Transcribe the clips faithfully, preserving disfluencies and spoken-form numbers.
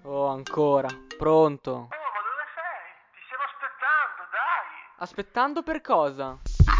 Oh, ancora. Pronto? Oh, ma dove sei? Ti stiamo aspettando, dai! Aspettando per cosa?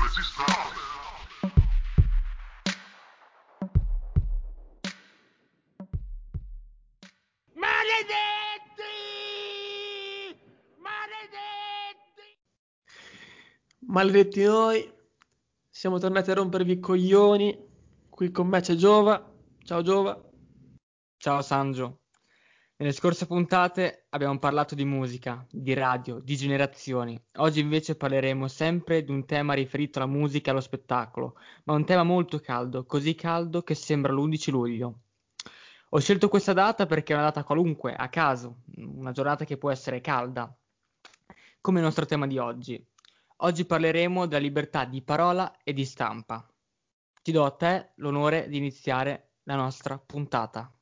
Maledetti! Maledetti! Maledetti noi, siamo tornati a rompervi i coglioni. Qui con me c'è Giova. Ciao Giova. Ciao Sangio. Nelle scorse puntate abbiamo parlato di musica, di radio, di generazioni. Oggi invece parleremo sempre di un tema riferito alla musica e allo spettacolo, ma un tema molto caldo, così caldo che sembra l'undici luglio. Ho scelto questa data perché è una data qualunque, a caso, una giornata che può essere calda, come il nostro tema di oggi. Oggi parleremo della libertà di parola e di stampa. Ti do a te l'onore di iniziare la nostra puntata.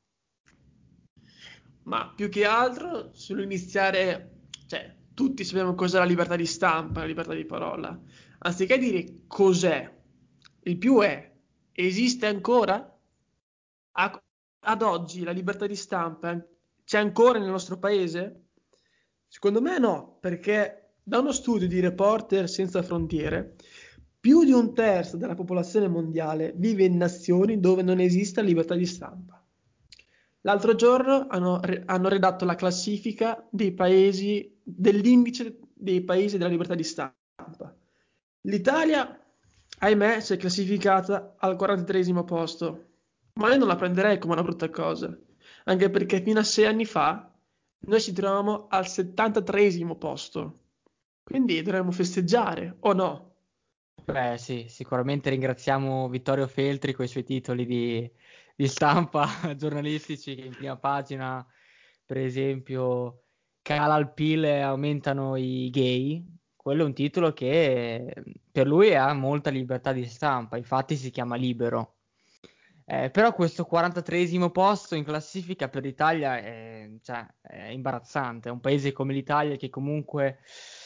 Ma più che altro sull'iniziare, cioè, tutti sappiamo cos'è la libertà di stampa, la libertà di parola. Anziché dire cos'è, il più è, esiste ancora? A- Ad oggi la libertà di stampa c'è ancora nel nostro paese? Secondo me no, perché da uno studio di Reporter Senza Frontiere, più di un terzo della popolazione mondiale vive in nazioni dove non esiste libertà di stampa. L'altro giorno hanno, re- hanno redatto la classifica dei paesi, dell'indice dei paesi della libertà di stampa. L'Italia, ahimè, si è classificata al quarantatreesimo posto, ma io non la prenderei come una brutta cosa, anche perché fino a sei anni fa noi ci trovavamo al settantatreesimo posto, quindi dovremmo festeggiare, o no? Beh, sì, sicuramente ringraziamo Vittorio Feltri con i suoi titoli di, di stampa giornalistici che in prima pagina, per esempio, cala il P I L e aumentano i gay. Quello è un titolo che per lui ha molta libertà di stampa, infatti si chiama Libero. Eh, però questo quarantatreesimo posto in classifica per l'Italia è, cioè, è imbarazzante. È un paese come l'Italia che comunque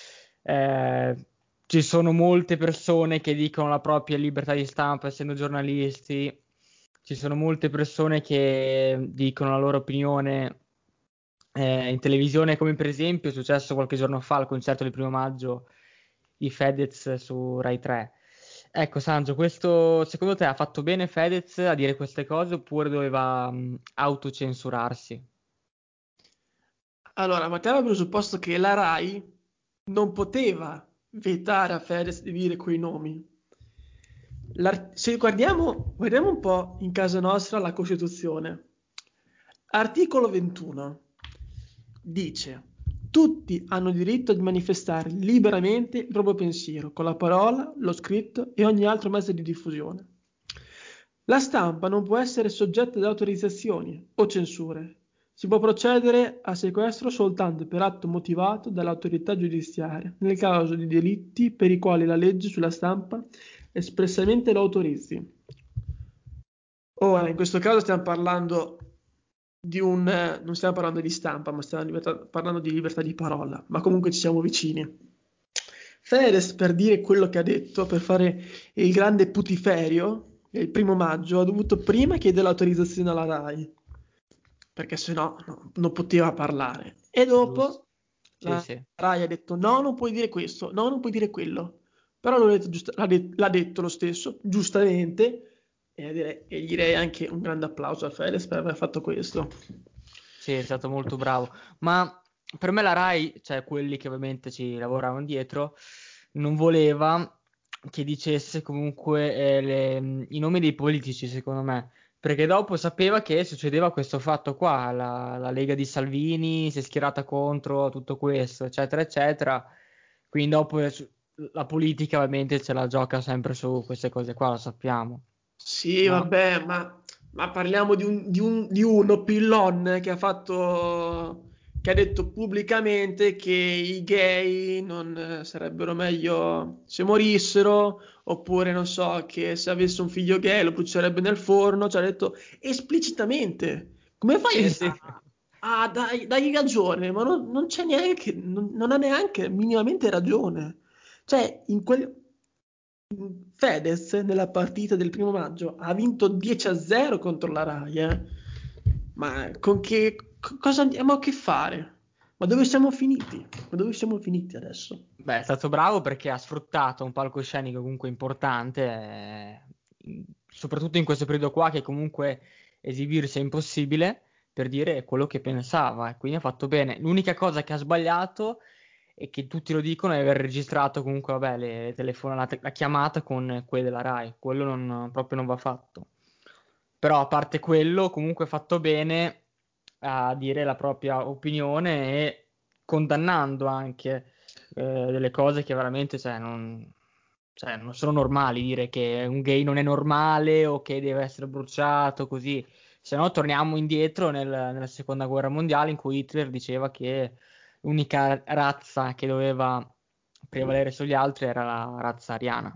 eh, ci sono molte persone che dicono la propria libertà di stampa essendo giornalisti, ci sono molte persone che dicono la loro opinione eh, in televisione, come per esempio è successo qualche giorno fa al concerto del primo maggio di Fedez su Rai tre. Ecco, Sangio, questo secondo te ha fatto bene Fedez a dire queste cose oppure doveva mh, autocensurarsi? Allora, partiamo dal presupposto che la Rai non poteva vietare a Fedez di dire quei nomi. L'ar- se guardiamo, guardiamo un po' in casa nostra la Costituzione. Articolo ventuno dice: tutti hanno diritto di manifestare liberamente il proprio pensiero con la parola, lo scritto e ogni altro mezzo di diffusione. La stampa non può essere soggetta ad autorizzazioni o censure. Si può procedere a sequestro soltanto per atto motivato dall'autorità giudiziaria, nel caso di delitti per i quali la legge sulla stampa espressamente lo autorizzi. Ora, in questo caso stiamo parlando di un, eh, non stiamo parlando di stampa, ma stiamo libertà- parlando di libertà di parola, ma comunque ci siamo vicini. Fedez, per dire quello che ha detto, per fare il grande putiferio, il primo maggio, ha dovuto prima chiedere l'autorizzazione alla RAI, perché sennò no, non poteva parlare. E Giusto? dopo Sì, la sì. RAI ha detto no, non puoi dire questo, no, non puoi dire quello. Però l'ha detto, giusta- l'ha de- l'ha detto lo stesso, giustamente, e, direi- e gli direi anche un grande applauso a Fedez per aver fatto questo. Sì, è stato molto bravo. Ma per me la Rai, cioè quelli che ovviamente ci lavoravano dietro, non voleva che dicesse comunque eh, le- i nomi dei politici, secondo me. Perché dopo sapeva che succedeva questo fatto qua, la, la Lega di Salvini si è schierata contro tutto questo, eccetera, eccetera. Quindi dopo eh, su- la politica ovviamente ce la gioca sempre su queste cose qua, lo sappiamo. Sì, No? vabbè, ma, ma parliamo di, un- di un- di uno Pillon che ha fatto, che ha detto pubblicamente che i gay non eh, sarebbero meglio se morissero, oppure non so, che se avesse un figlio gay lo brucierebbe nel forno, ci ha detto esplicitamente. Come fai Sì, a, sì. a- a dai- dargli ragione? Ma non, non c'è neanche, non, non ha neanche minimamente ragione. Cioè, in quel... Fedez nella partita del primo maggio ha vinto dieci a zero contro la Rai, eh. Ma con che, co- cosa andiamo a che fare? Ma dove siamo finiti? Ma dove siamo finiti adesso? Beh, è stato bravo perché ha sfruttato un palcoscenico comunque importante, eh, in- soprattutto in questo periodo qua che comunque esibirsi è impossibile per dire quello che pensava e quindi ha fatto bene. L'unica cosa che ha sbagliato e che tutti lo dicono è aver registrato comunque, vabbè, le telefonate, la chiamata con quelle della Rai, quello non, proprio non va fatto. Però a parte quello, comunque ha fatto bene a dire la propria opinione e condannando anche eh, delle cose che veramente, cioè, non, cioè, non sono normali, dire che un gay non è normale o che deve essere bruciato così. Se no torniamo indietro nel- nella seconda guerra mondiale in cui Hitler diceva che l'unica razza che doveva prevalere sugli altri era la razza ariana.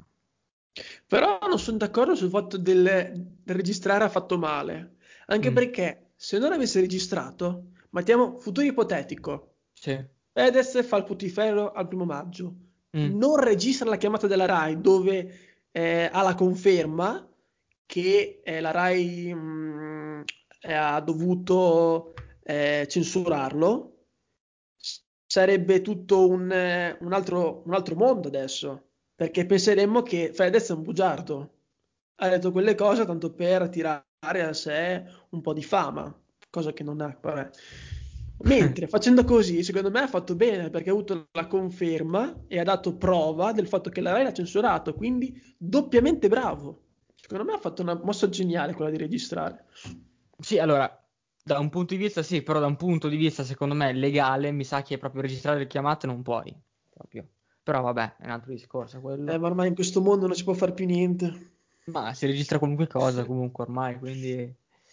Però non sono d'accordo sul fatto del, del registrare ha fatto male. Anche Mm, perché se non avesse registrato, mettiamo futuro ipotetico, sì. Fedez fa il putiferro al primo maggio, Mm, non registra la chiamata della Rai dove eh, ha la conferma che eh, la Rai mh, eh, ha dovuto eh, censurarlo, s- sarebbe tutto un, eh, un altro, un altro mondo adesso, perché penseremmo che Fedez è un bugiardo. Ha detto quelle cose tanto per tirare a sé un po' di fama, cosa che non ha, vabbè. Mentre facendo così, secondo me ha fatto bene perché ha avuto la conferma e ha dato prova del fatto che la Rai l'ha censurato, quindi doppiamente bravo. Secondo me ha fatto una mossa geniale quella di registrare. Sì, allora, da un punto di vista sì, però da un punto di vista secondo me legale mi sa che proprio registrare le chiamate non puoi, proprio. Però vabbè, è un altro discorso Eh, quello. ma ormai in questo mondo non si può fare più niente. Ma si registra qualunque cosa comunque ormai, quindi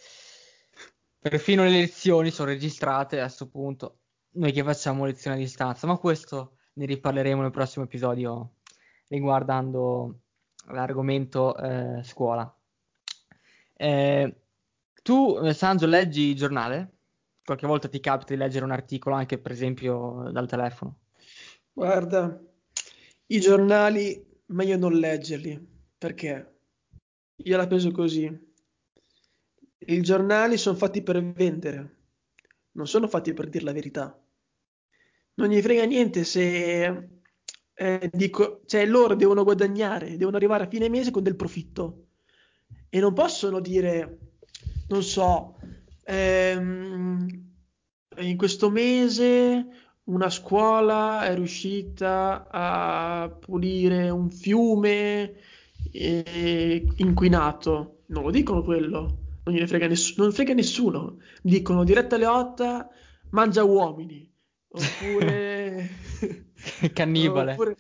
perfino le lezioni sono registrate a questo punto. Noi che facciamo lezioni a distanza, ma questo ne riparleremo nel prossimo episodio riguardando l'argomento eh, scuola. Eh, tu, eh, Sandro, leggi il giornale? Qualche volta ti capita di leggere un articolo anche, per esempio, dal telefono? Guarda, i giornali meglio non leggerli, perché io la penso così. I giornali sono fatti per vendere, non sono fatti per dire la verità. Non gli frega niente se eh, dico, cioè loro devono guadagnare, devono arrivare a fine mese con del profitto e non possono dire, non so, ehm, in questo mese una scuola è riuscita a pulire un fiume eh, inquinato. Non lo dicono quello, non gliene frega, ness- non frega nessuno. Dicono Diretta Leotta mangia uomini. Oppure, Cannibale. oppure,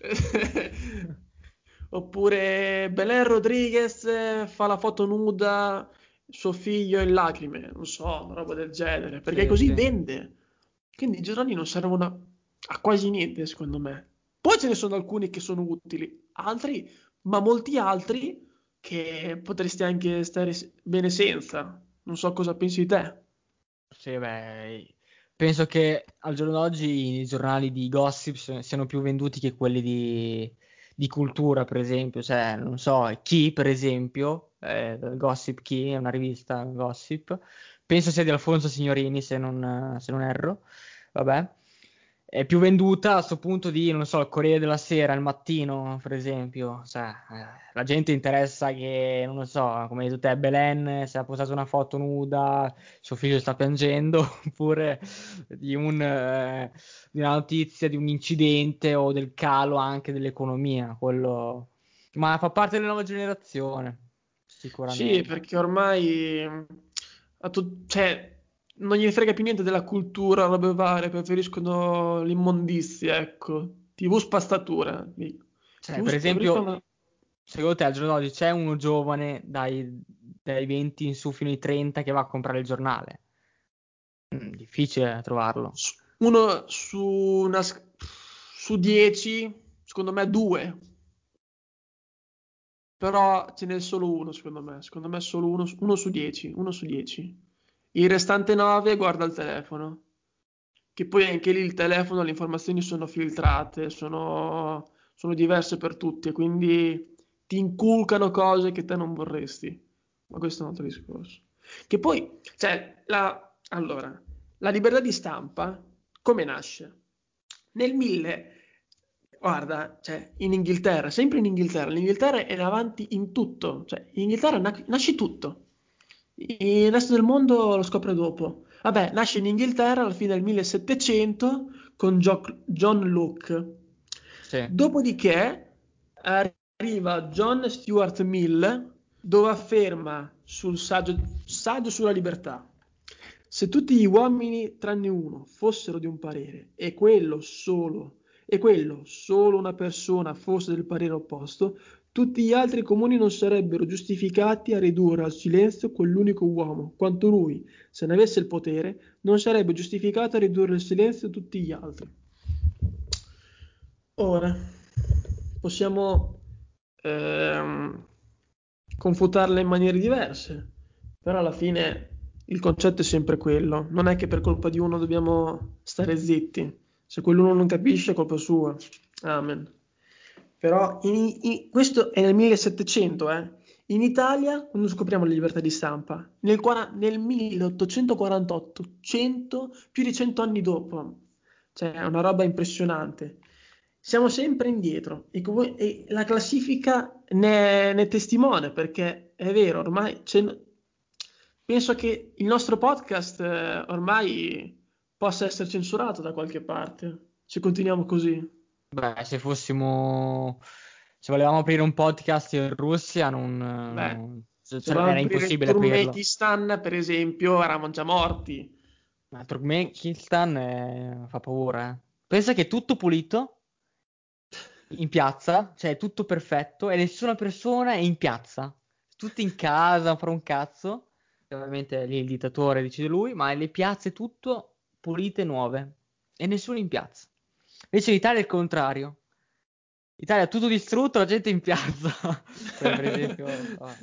oppure Belen Rodriguez eh, fa la foto nuda, suo figlio in lacrime, non so, una roba del genere, perché Sì, così sì. vende. Quindi i giornali non servono a, a quasi niente, secondo me. Poi ce ne sono alcuni che sono utili, altri, ma molti altri che potresti anche stare s- bene senza. Non so cosa pensi te. Sì, beh, penso che al giorno d'oggi i giornali di gossip si- siano più venduti che quelli di, di cultura, per esempio. Cioè, non so, Chi, per esempio, eh, Gossip Chi è una rivista gossip. Penso sia di Alfonso Signorini, se non, se non erro. Vabbè. È più venduta a questo punto di, non so, il Corriere della Sera, il mattino, per esempio. Cioè, eh, la gente interessa che, non lo so, come hai detto te, Belen, se ha postato una foto nuda suo figlio sta piangendo, oppure di, un, eh, di una notizia di un incidente o del calo anche dell'economia, quello... Ma fa parte della nuova generazione, Sì, sicuramente. perché ormai mh, a tu- cioè, non gli frega più niente della cultura, robe varie, preferiscono l'immondizia, ecco. T V spazzatura, dico. Cioè, T V per esempio, preferiscono... secondo te al giorno d'oggi c'è uno giovane dai, dai venti in su fino ai trenta che va a comprare il giornale? Mm, difficile trovarlo. s- Uno su una... sc- su dieci, secondo me due. Però ce n'è solo uno, secondo me. Secondo me solo uno, uno su dieci, uno su dieci. Il restante nove guarda il telefono. Che poi anche lì il telefono, le informazioni sono filtrate, sono, sono diverse per tutti, e quindi ti inculcano cose che te non vorresti. Ma questo è un altro discorso. Che poi, cioè, la, allora, la libertà di stampa come nasce? Nel mille, guarda, cioè, in Inghilterra, sempre in Inghilterra, l'Inghilterra è avanti in tutto, cioè, in Inghilterra na- nasce tutto. Il resto del mondo lo scopre dopo. Vabbè, nasce in Inghilterra alla fine del millesettecento con Gio- John Locke. Sì. Dopodiché arriva John Stuart Mill dove afferma sul saggio, saggio sulla libertà. Se tutti gli uomini, tranne uno, fossero di un parere e quello solo, e quello solo una persona fosse del parere opposto, tutti gli altri comuni non sarebbero giustificati a ridurre al silenzio quell'unico uomo, quanto lui, se ne avesse il potere, non sarebbe giustificato a ridurre al silenzio tutti gli altri. Ora, possiamo ehm, confutarle in maniere diverse, però alla fine il concetto è sempre quello. Non è che per colpa di uno dobbiamo stare zitti. Se quell'uno non capisce, è colpa sua. Amen. Però in- in- questo è nel millesettecento, eh. In Italia, quando scopriamo la libertà di stampa, nel, quara- nel milleottocentoquarantotto, cento, più di cento anni dopo, cioè è una roba impressionante. Siamo sempre indietro e, comu- e la classifica ne, ne è testimone perché è vero, ormai c'è- penso che il nostro podcast eh, ormai possa essere censurato da qualche parte se continuiamo così. Beh, se fossimo, se volevamo aprire un podcast in Russia, non, Beh, non- cioè, se volevamo era aprire il impossibile aprirlo. Turkmenistan, per esempio, eravamo già morti. Ma il Turkmenistan eh, fa paura, eh. Pensa che è tutto pulito in piazza, cioè tutto perfetto e nessuna persona è in piazza. Tutti in casa a fare un cazzo. E ovviamente lì il dittatore decide lui, ma le piazze tutto pulite e nuove e nessuno in piazza. Invece in Italia è il contrario. Italia è tutto distrutto, la gente in piazza. Come per esempio, ah,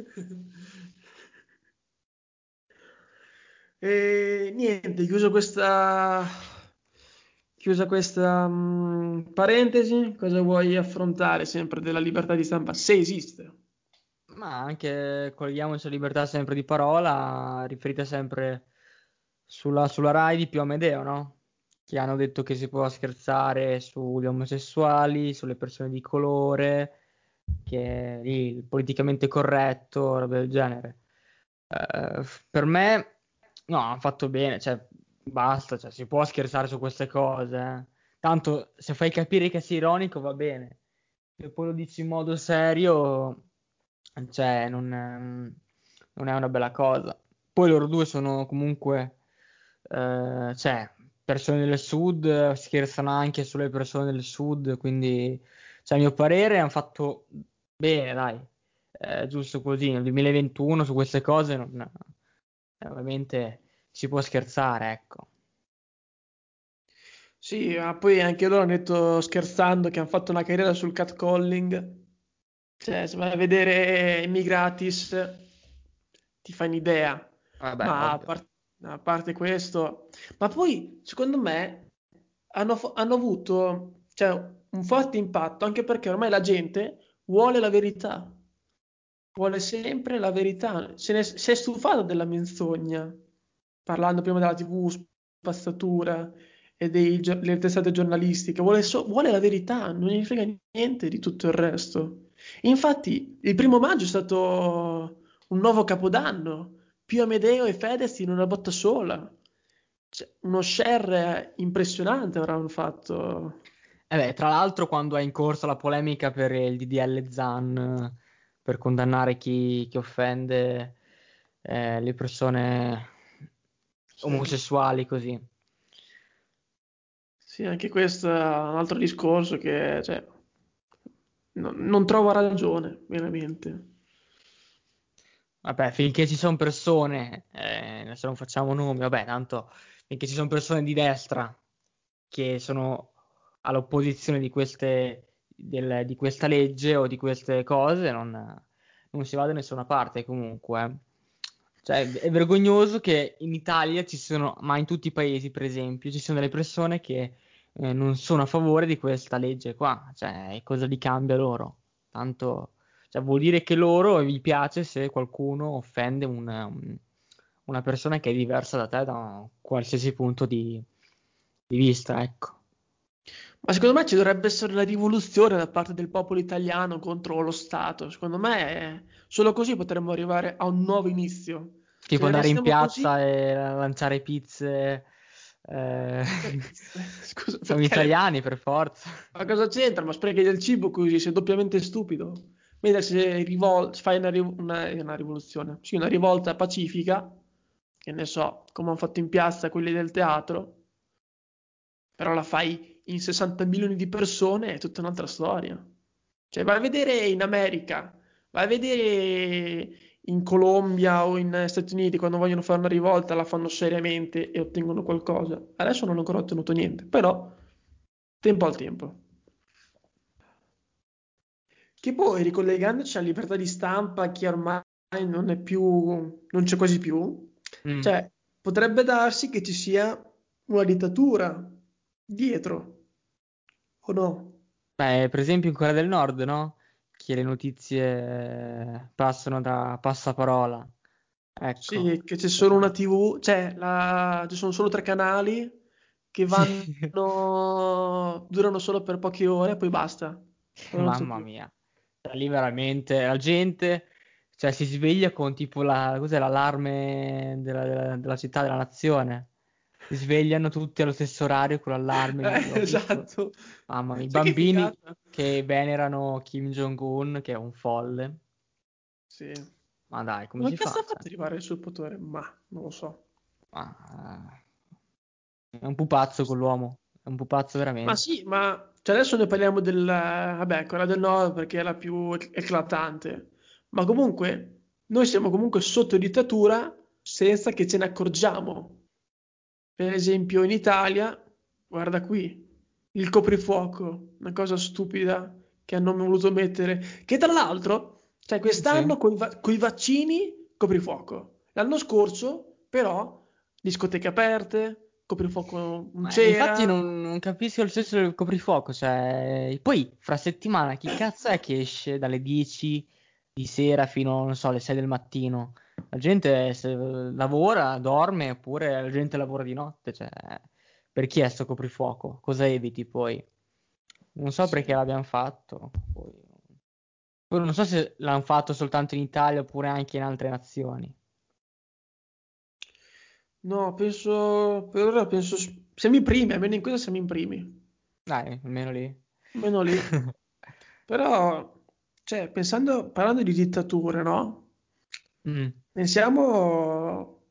E niente, chiuso questa, chiusa questa mm, parentesi, cosa vuoi affrontare sempre della libertà di stampa, se esiste? ma anche colleghiamoci a libertà sempre di parola, riferita sempre sulla, sulla Rai di Pio Amedeo, no? Che hanno detto che si può scherzare sugli omosessuali, sulle persone di colore, che è lì il politicamente corretto, roba del genere. Eh, per me, no, hanno fatto bene, cioè, basta, cioè, si può scherzare su queste cose, eh. Tanto se fai capire che sei ironico va bene, se poi lo dici in modo serio, cioè, non, ehm, non è una bella cosa. Poi loro due sono comunque, eh, cioè, persone del sud, eh, scherzano anche sulle persone del sud, quindi, cioè, a mio parere hanno fatto bene, dai, eh, giusto così, nel duemilaventuno su queste cose non, eh, ovviamente si può scherzare, ecco. Sì, ma poi anche loro hanno detto scherzando che hanno fatto una carriera sul catcalling. Cioè, se vai a vedere Immigratis ti fai un'idea. Vabbè, Ma a, ovvio. par- a parte questo, ma poi secondo me hanno, fo- hanno avuto cioè, un forte impatto anche perché ormai la gente vuole la verità, vuole sempre la verità. Se ne, si è stufata della menzogna, parlando prima della T V, spazzatura e dei gio- delle testate giornalistiche, vuole, so- vuole la verità, non gli frega niente di tutto il resto. Infatti, il primo maggio è stato un nuovo capodanno. Pio Amedeo e Fedez in una botta sola. Cioè, uno share impressionante avranno fatto. E beh, tra l'altro, quando è in corso la polemica per il D D L Zan, eh, per condannare chi, chi offende eh, le persone Sì, omosessuali, così. sì, anche questo è un altro discorso che cioè, non, non trovo ragione, veramente. Vabbè, finché ci sono persone, eh, adesso non facciamo nomi, vabbè, tanto finché ci sono persone di destra che sono all'opposizione di queste, del- di questa legge o di queste cose, non, non si va da nessuna parte comunque. eh. Cioè, è vergognoso che in Italia ci sono, ma in tutti i paesi, per esempio, ci sono delle persone che eh, non sono a favore di questa legge qua. Cioè, cosa li cambia loro? Tanto, cioè, vuol dire che loro gli piace se qualcuno offende un- un- una persona che è diversa da te da un qualsiasi punto di, di vista, ecco. Ma secondo me ci dovrebbe essere una rivoluzione da parte del popolo italiano contro lo Stato. Secondo me solo così potremmo arrivare a un nuovo inizio. Se Tipo ne andare in restiamo così, piazza e lanciare pizze. eh, scusa, Siamo perché le- italiani per forza. ma cosa c'entra? Ma sprechi del cibo così, sei doppiamente stupido. Mentre se rivol- fai una, ri- una- una rivoluzione, sì, una rivolta pacifica, che ne so, come hanno fatto in piazza quelli del teatro, però la fai in sessanta milioni di persone, è tutta un'altra storia. Cioè, vai a vedere in America, vai a vedere in Colombia o in Stati Uniti quando vogliono fare una rivolta, la fanno seriamente e ottengono qualcosa. Adesso non hanno ancora ottenuto niente, però tempo al tempo. Che poi, ricollegandoci alla libertà di stampa, che ormai non è più, non c'è quasi più, Mm. cioè, potrebbe darsi che ci sia una dittatura dietro, o no? Beh, per esempio in Corea del Nord, no? Che le notizie passano da passaparola. Ecco. Sì, che c'è solo una T V, cioè la- ci sono solo tre canali che Sì. vanno, durano solo per poche ore e poi basta. Poi non so Mamma più. mia. Cioè, lì veramente la gente, cioè, si sveglia con tipo la, cos'è, l'allarme della, della- della città, della nazione. Si svegliano tutti allo stesso orario con l'allarme. Eh, L'ho visto. esatto. Mamma mia, i Sai che bambini figata? che venerano Kim Jong-un, che è un folle. Sì. Ma dai, come Come si cazzo fa? ha Cioè, fatto ad arrivare sul potere? Ma non lo so. ma, eh, è un pupazzo quell'uomo. È un pupazzo Ma veramente. sì, ma cioè adesso ne parliamo del, vabbè, Corea del Nord perché è la più ec- eclatante. Ma comunque, noi siamo comunque sotto dittatura senza che ce ne accorgiamo. Per esempio in Italia, guarda qui, il coprifuoco, una cosa stupida che hanno voluto mettere, che tra l'altro, cioè Sì. quest'anno con i vaccini, coprifuoco. L'anno scorso, però, discoteche aperte, coprifuoco non Ma infatti c'era. non, non capisco il senso del coprifuoco, cioè, poi fra settimana chi cazzo è che esce dalle dieci di sera fino, non so, alle sei del mattino? La gente se- lavora, dorme, oppure la gente lavora di notte, cioè, per chi è sto coprifuoco? Cosa eviti poi? Non so Sì. perché l'abbiamo fatto, poi, poi non so se l'hanno fatto soltanto in Italia oppure anche in altre nazioni. No, penso, per ora penso, siamo i primi, almeno in questo siamo i primi, Dai, almeno lì. almeno lì. Però, cioè, pensando, parlando di dittature, no? Mm, Pensiamo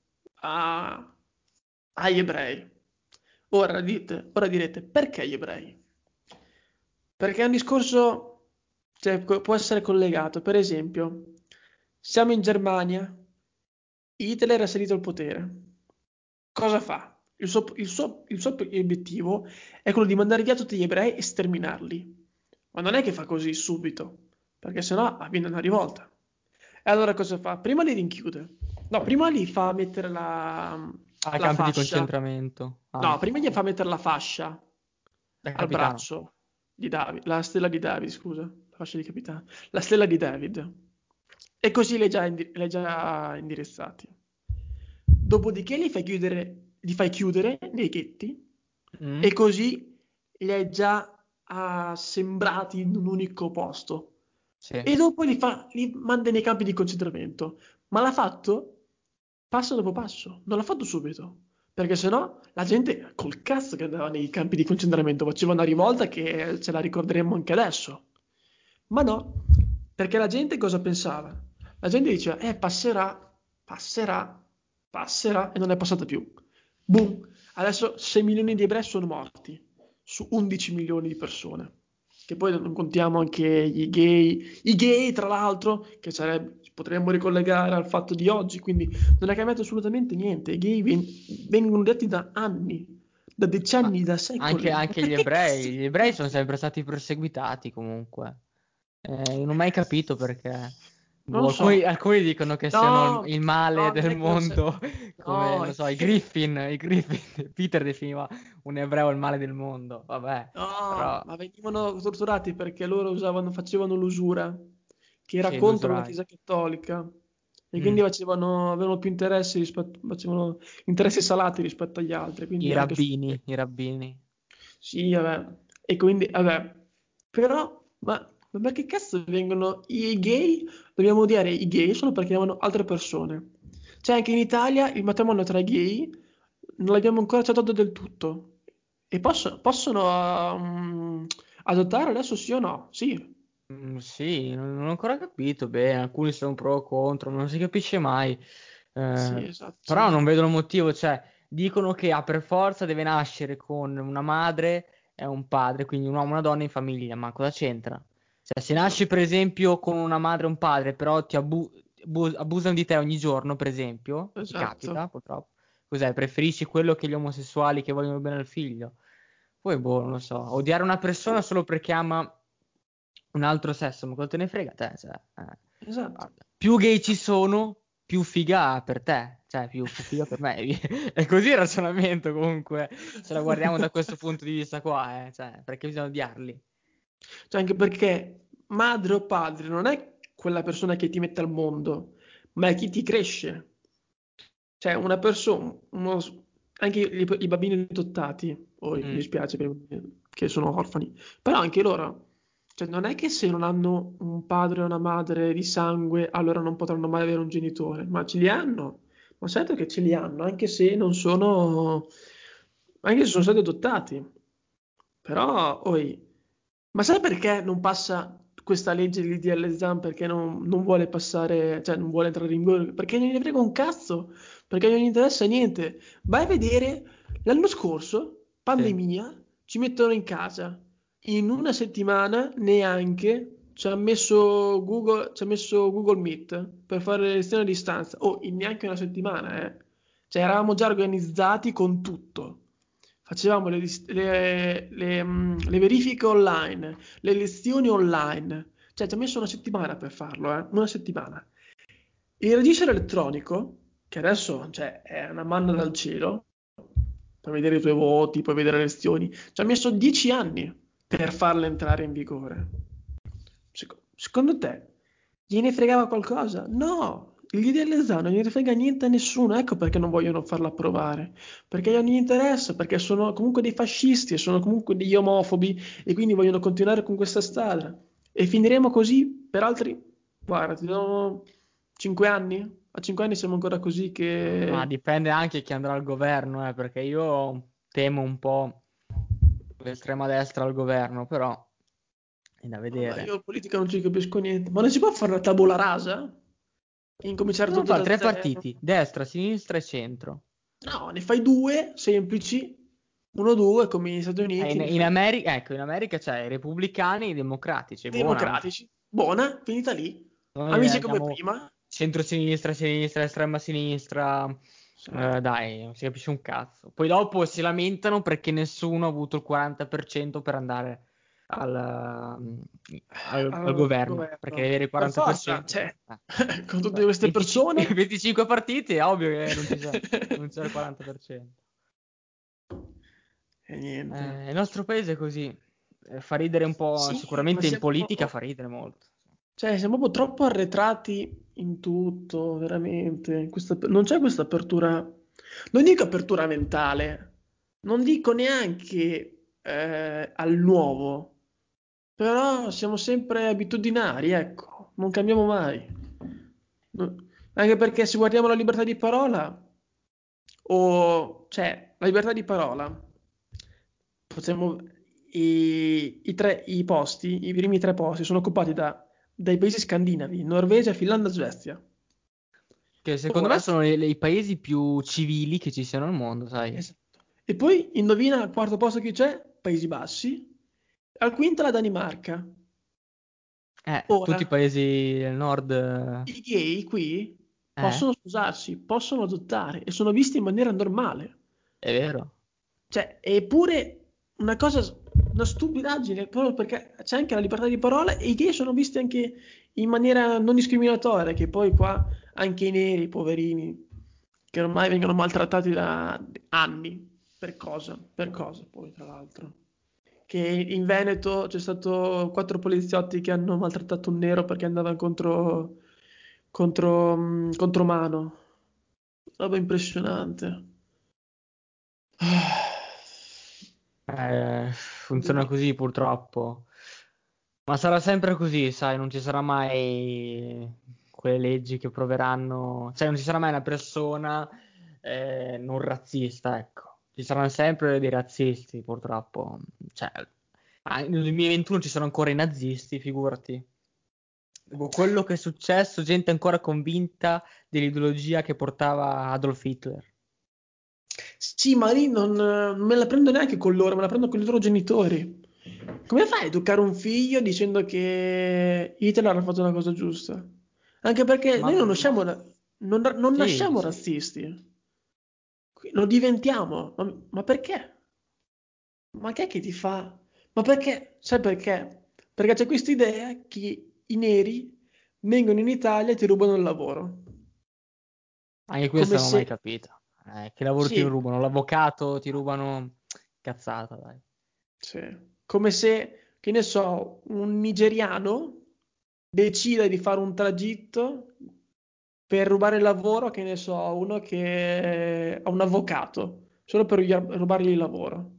a- agli ebrei. Ora dite, ora direte, perché gli ebrei? Perché è un discorso, cioè, co- può essere collegato. Per esempio, siamo in Germania, Hitler è salito al potere. Cosa fa? Il suo, il suo- il suo obiettivo è quello di mandare via tutti gli ebrei e sterminarli. Ma non è che fa così subito, perché sennò avviene una rivolta. E allora cosa fa? Prima li rinchiude. No, prima li fa mettere la, ai la campi di fascia. concentramento. No, Ah, prima gli fa mettere la fascia da al capitano. braccio di David, la stella di David, scusa, la fascia di capitano, la stella di David. E così li hai già, indi- li hai già indirizzati. Dopodiché li fai chiudere, li fai chiudere nei ghetti e Mm? così li hai già assembrati in un unico posto. Sì. E dopo li, fa, li manda nei campi di concentramento. Ma l'ha fatto passo dopo passo, non l'ha fatto subito. Perché sennò la gente col cazzo che andava nei campi di concentramento faceva una rivolta che ce la ricorderemmo anche adesso. Ma no, perché la gente cosa pensava? La gente diceva, eh, passerà, passerà, passerà e non è passata più. Boom! Adesso sei milioni di ebrei sono morti su undici milioni di persone. Che poi non contiamo anche i gay, i gay tra l'altro, che sarebbe, potremmo ricollegare al fatto di oggi, quindi non è cambiato assolutamente niente. I gay ven- vengono detti da anni, da Ma decenni, da anche, secoli. Ma anche gli perché cazzo ebrei, di gli ebrei sono cambiati? sempre stati perseguitati comunque. Eh, non ho mai capito perché. Non Boh, lo alcuni, so. alcuni dicono che siano il, No, il male no, non del è che non c'è. mondo, come, No, non è so, i che. Griffin, i Griffin, Peter definiva un ebreo il male del mondo, vabbè, No, però ma venivano torturati perché loro usavano, facevano l'usura, che era sì, contro la l'usurai. Chiesa Cattolica. e Mm. quindi facevano, avevano più interessi rispetto, facevano interessi salati rispetto agli altri, quindi I anche su... rabbini, i rabbini. Sì, vabbè. E quindi, vabbè. Però, ma, ma perché cazzo vengono i gay? Dobbiamo odiare i gay solo perché amano altre persone. Cioè, anche in Italia il matrimonio tra gay non l'abbiamo ancora accettato del tutto. E posso- possono um, adottare adesso sì o no? Sì. Mm, sì, non, non ho ancora capito bene, alcuni sono pro o contro, non si capisce mai. Sì, Eh, però esatto. non vedono motivo, cioè dicono che ah, per forza deve nascere con una madre e un padre, quindi un uomo e una donna in famiglia, ma cosa c'entra? Cioè, se nasci Esatto. per esempio con una madre e un padre, però ti abu- abu- abusano di te ogni giorno, per esempio, ti Esatto. capita purtroppo, cos'è? Preferisci quello che gli omosessuali che vogliono bene al figlio? Poi, boh, non lo so, odiare una persona solo perché ama un altro sesso, ma cosa te ne frega te? Cioè, eh, Esatto. guarda, più gay ci sono, più figa per te, cioè più, più figa per me. È così il ragionamento comunque, se la guardiamo da questo punto di vista qua, eh, cioè, perché bisogna odiarli? Cioè, anche perché madre o padre non è quella persona che ti mette al mondo, ma è chi ti cresce. Cioè, una persona, uno- anche i, i bambini adottati, poi mi Mm, dispiace per- che sono orfani, però anche loro, cioè, non è che se non hanno un padre o una madre di sangue, allora non potranno mai avere un genitore, ma ce li hanno. Ma certo che ce li hanno, anche se non sono, anche se sono stati adottati. Però, oi, ma sai perché non passa questa legge di D L Zan? Perché non, non vuole passare, cioè non vuole entrare in vigore? Perché non gli frega un cazzo, perché non gli interessa niente. Vai a vedere, l'anno scorso, sì. pandemia, ci mettono in casa. In una settimana neanche ci ha messo Google, ci ha messo Google Meet per fare le lezioni a distanza. Oh, in neanche una settimana, eh. Cioè, eravamo già organizzati con tutto. Facevamo le, dis- le- le, mm, le verifiche online, le lezioni online. Cioè, ci ha messo una settimana per farlo, eh? Una settimana. Il registro elettronico, che adesso, cioè, è una manna dal cielo, puoi vedere i tuoi voti, puoi vedere le lezioni, ci ha messo dieci anni per farla entrare in vigore. Seco- secondo te, gliene fregava qualcosa? No, gli D L Zan non gliene frega niente a nessuno, ecco perché non vogliono farla approvare, perché non gli interessa, perché sono comunque dei fascisti e sono comunque degli omofobi e quindi vogliono continuare con questa strada. E finiremo così per altri, guarda, ti do cinque anni? A cinque anni siamo ancora così Ma che... dipende anche chi andrà al governo, eh, perché io temo un po' l'estrema destra al governo, però è da Vabbè, vedere. io in politica non ci capisco niente, ma non si può fare una tabula rasa? Incominciare Devono tutto fare da tre zero? partiti, destra, sinistra e centro. No, ne fai due semplici, uno due come negli Stati Eh, Uniti, in, ne in fai America, ecco, in America c'è i repubblicani e i democratici, è buona. democratici. Buona, finita lì. Noi Amici come abbiamo prima. centro-sinistra, sinistra, estrema sinistra, Sì. eh, dai, non si capisce un cazzo. Poi dopo si lamentano perché nessuno ha avuto il quaranta per cento per andare al, al- al Al governo, perché devi governo. avere il Per forza, quaranta per cento. cioè, Eh, con tutte cioè, queste venticinque, persone. venticinque partiti, è ovvio che non ci c'è, non c'è il quaranta per cento. E niente. Eh, il nostro paese è così. Eh, fa ridere un po', Sì, ma sicuramente in siamo, politica fa ridere molto. cioè, siamo proprio troppo arretrati in tutto, veramente. Questa- non c'è questa apertura, non dico apertura mentale, non dico neanche eh, al nuovo, però siamo sempre abitudinari, ecco, non cambiamo mai. No- Anche perché se guardiamo la libertà di parola, o cioè la libertà di parola, possiamo, i, i tre, i posti, i primi tre posti sono occupati da, dai paesi scandinavi, Norvegia, Finlandia e Svezia. Che secondo me Ora, sono le- le- i paesi più civili che ci siano al mondo, sai? esatto. E poi indovina al quarto posto chi c'è? Paesi Bassi. Al quinto la Danimarca. Eh, tutti i Ora, paesi del nord, i gay qui eh, possono sposarsi, possono adottare e sono visti in maniera normale. è vero. Cioè, è pure una cosa, una stupidaggine, proprio perché c'è anche la libertà di parola e i gay sono visti anche in maniera non discriminatoria, che poi qua anche i neri, poverini, che ormai vengono maltrattati da anni. Per cosa? Per cosa poi, tra l'altro? Che in Veneto c'è stato quattro poliziotti che hanno maltrattato un nero perché andava contro contro, mh, contro mano. Roba impressionante. Eh, funziona così purtroppo. Ma sarà sempre così, sai, non ci sarà mai quelle leggi che proveranno, cioè non ci sarà mai una persona eh, non razzista, ecco. Ci saranno sempre dei razzisti, purtroppo. Cioè, ah, nel duemilaventuno ci sono ancora i nazisti, figurati. Dopo quello che è successo, gente ancora convinta dell'ideologia che portava Adolf Hitler. Sì, ma lì non, non me la prendo neanche con loro, me la prendo con i loro genitori. Come fai a educare un figlio dicendo che Hitler ha fatto una cosa giusta? Anche perché Ma noi non nasciamo, ra- non, non sì, nasciamo sì. razzisti, Qui- lo diventiamo. Ma, ma perché? Ma che è che ti fa? Ma perché? Sai perché? Perché c'è questa idea che i neri vengono in Italia e ti rubano il lavoro. Anche questo Come non l'ho mai se, capito. Eh, che lavoro ti sì, rubano? L'avvocato ti rubano. Cazzata, dai. sì. Come se, che ne so, un nigeriano decida di fare un tragitto per rubare il lavoro, che ne so, a uno che ha un avvocato, solo per rubia- rubargli il lavoro.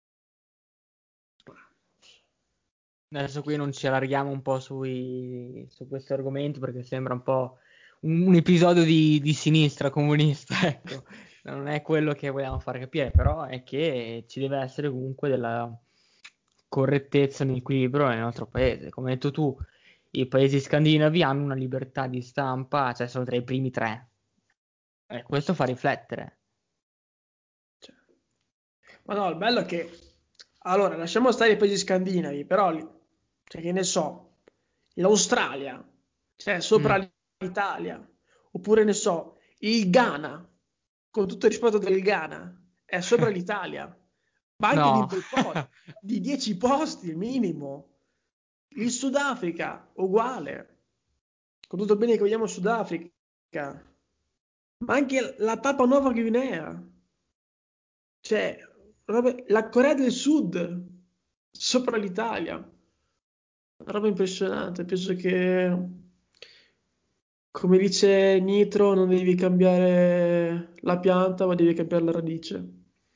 Adesso qui non ci allarghiamo un po' sui, su questo argomento perché sembra un po' un, un episodio di, di sinistra comunista, ecco. Non è quello che vogliamo far capire, però è che ci deve essere comunque della correttezza, un equilibrio nel nostro paese. Come hai detto tu, i paesi scandinavi hanno una libertà di stampa, cioè sono tra i primi tre. E questo fa riflettere. Cioè, ma no, il bello è che, allora, lasciamo stare i paesi scandinavi, però, li- cioè, che ne so, l'Australia, cioè, Mm. sopra l'Italia, oppure, ne so, il Ghana, con tutto il rispetto del Ghana, è sopra l'Italia, ma anche di un No. bel po', di dieci posti il minimo. Il Sudafrica, uguale, con tutto il bene che vogliamo al Sudafrica, ma anche la Papua Nuova Guinea. Cioè, roba- la Corea del Sud sopra l'Italia. Una roba impressionante. Penso che, come dice Nitro, non devi cambiare la pianta, ma devi cambiare la radice.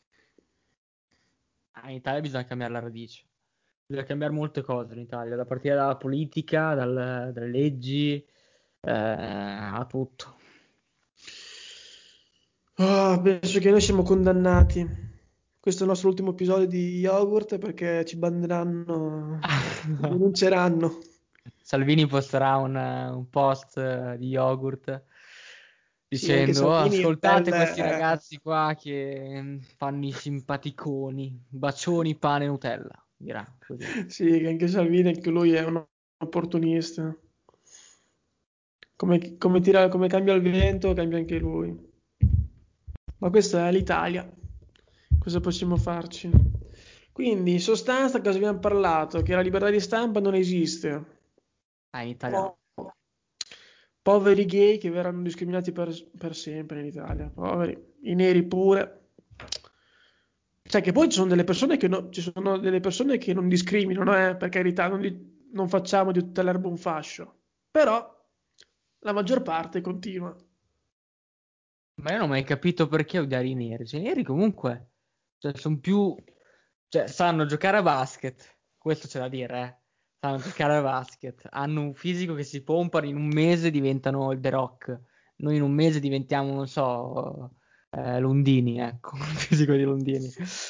Ah, in Italia bisogna cambiare la radice. Bisogna cambiare molte cose in Italia, da partire dalla politica, dal- dalle leggi, eh, a tutto. Ah, penso che noi siamo condannati. Questo è il nostro ultimo episodio di Yogurt perché ci banneranno, ci denunceranno. Salvini posterà un, un post eh, di yogurt Sì, anche dicendo: "Oh, Salvini è un bel... ascoltate questi eh, ragazzi qua che mm, fanno i simpaticoni, bacioni, pane e Nutella", dirà così. Sì, che anche Salvini, anche lui è un opportunista. Come, come tira- come cambia il vento, cambia anche lui. Ma questa è l'Italia. Cosa possiamo farci? Quindi, in sostanza, cosa abbiamo parlato? Che la libertà di stampa non esiste. Ah, in Italia no. Po- poveri gay che verranno discriminati per, per sempre in Italia. Poveri. I neri pure. Cioè, che poi ci sono delle persone che, no- ci sono delle persone che non discriminano, eh, per carità, non, di- non facciamo di tutta l'erba un fascio. Però la maggior parte continua. Ma io non ho mai capito perché odiare i neri. Cioè, i neri comunque, cioè, sono più, cioè, sanno giocare a basket, questo c'è da dire, eh. Sanno giocare a basket, hanno un fisico che si pompano, in un mese diventano il The Rock. Noi in un mese diventiamo, non so, eh, Lundini, ecco, il fisico di Lundini.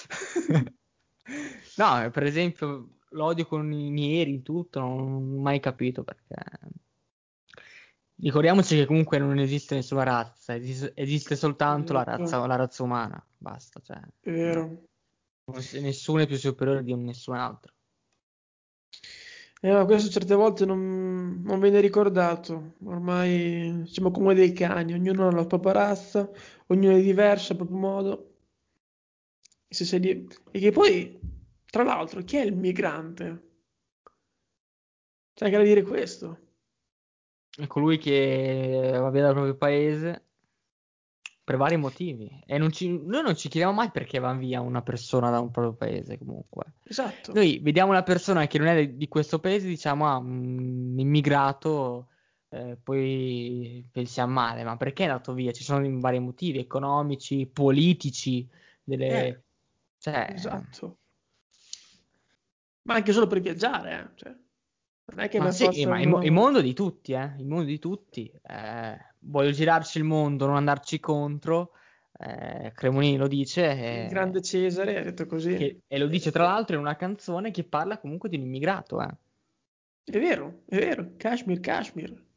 No, per esempio, l'odio con i neri, in tutto, non ho mai capito perché. Ricordiamoci che comunque non esiste nessuna razza, esiste, esiste È soltanto la vero, razza, la razza umana, basta, cioè, è no. vero. Non c'è- nessuno è più superiore di nessun altro. Eh, ma questo certe volte non, non viene ricordato. Ormai siamo come dei cani, ognuno ha la propria razza, ognuno è diverso a proprio modo. E, se sei di- e che poi, tra l'altro, chi è il migrante? C'è anche da dire questo. È colui che va via dal proprio paese per vari motivi. E non ci- noi non ci chiediamo mai perché va via una persona da un proprio paese, comunque. Esatto. Noi vediamo una persona che non è di questo paese, diciamo, ah, un immigrato, eh, poi pensiamo male, ma perché è andato via? Ci sono vari motivi economici, politici, Eh, delle... cioè, esatto. Ma anche solo per viaggiare, eh. Cioè, non è che ma per sì, eh, forza ma il, mo- il uno... mondo di tutti, eh, il mondo di tutti. Eh, voglio girarci il mondo, non andarci contro. Eh, Cremonini lo dice, Il eh, grande Cesare ha detto così. che- e lo dice tra l'altro in una canzone che parla comunque di un immigrato. Eh. È vero, è vero. Kashmir, Kashmir.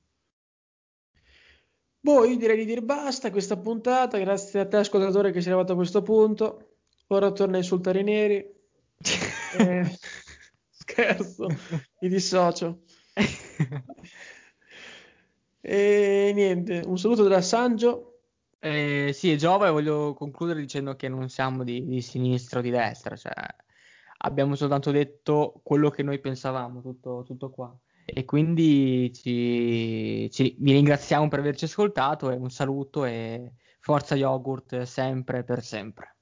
Boh, io direi di dire basta a questa puntata. Grazie a te, ascoltatore, che sei arrivato a questo punto. Ora torna a insultare i neri. Eh, scherzo, mi dissocio. E niente, un saluto da Sangio. Eh, sì, è Giova e voglio concludere dicendo che non siamo di, di sinistra o di destra, cioè abbiamo soltanto detto quello che noi pensavamo, tutto, tutto qua. E quindi ci, ci- vi ringraziamo per averci ascoltato e un saluto e forza yogurt sempre per sempre.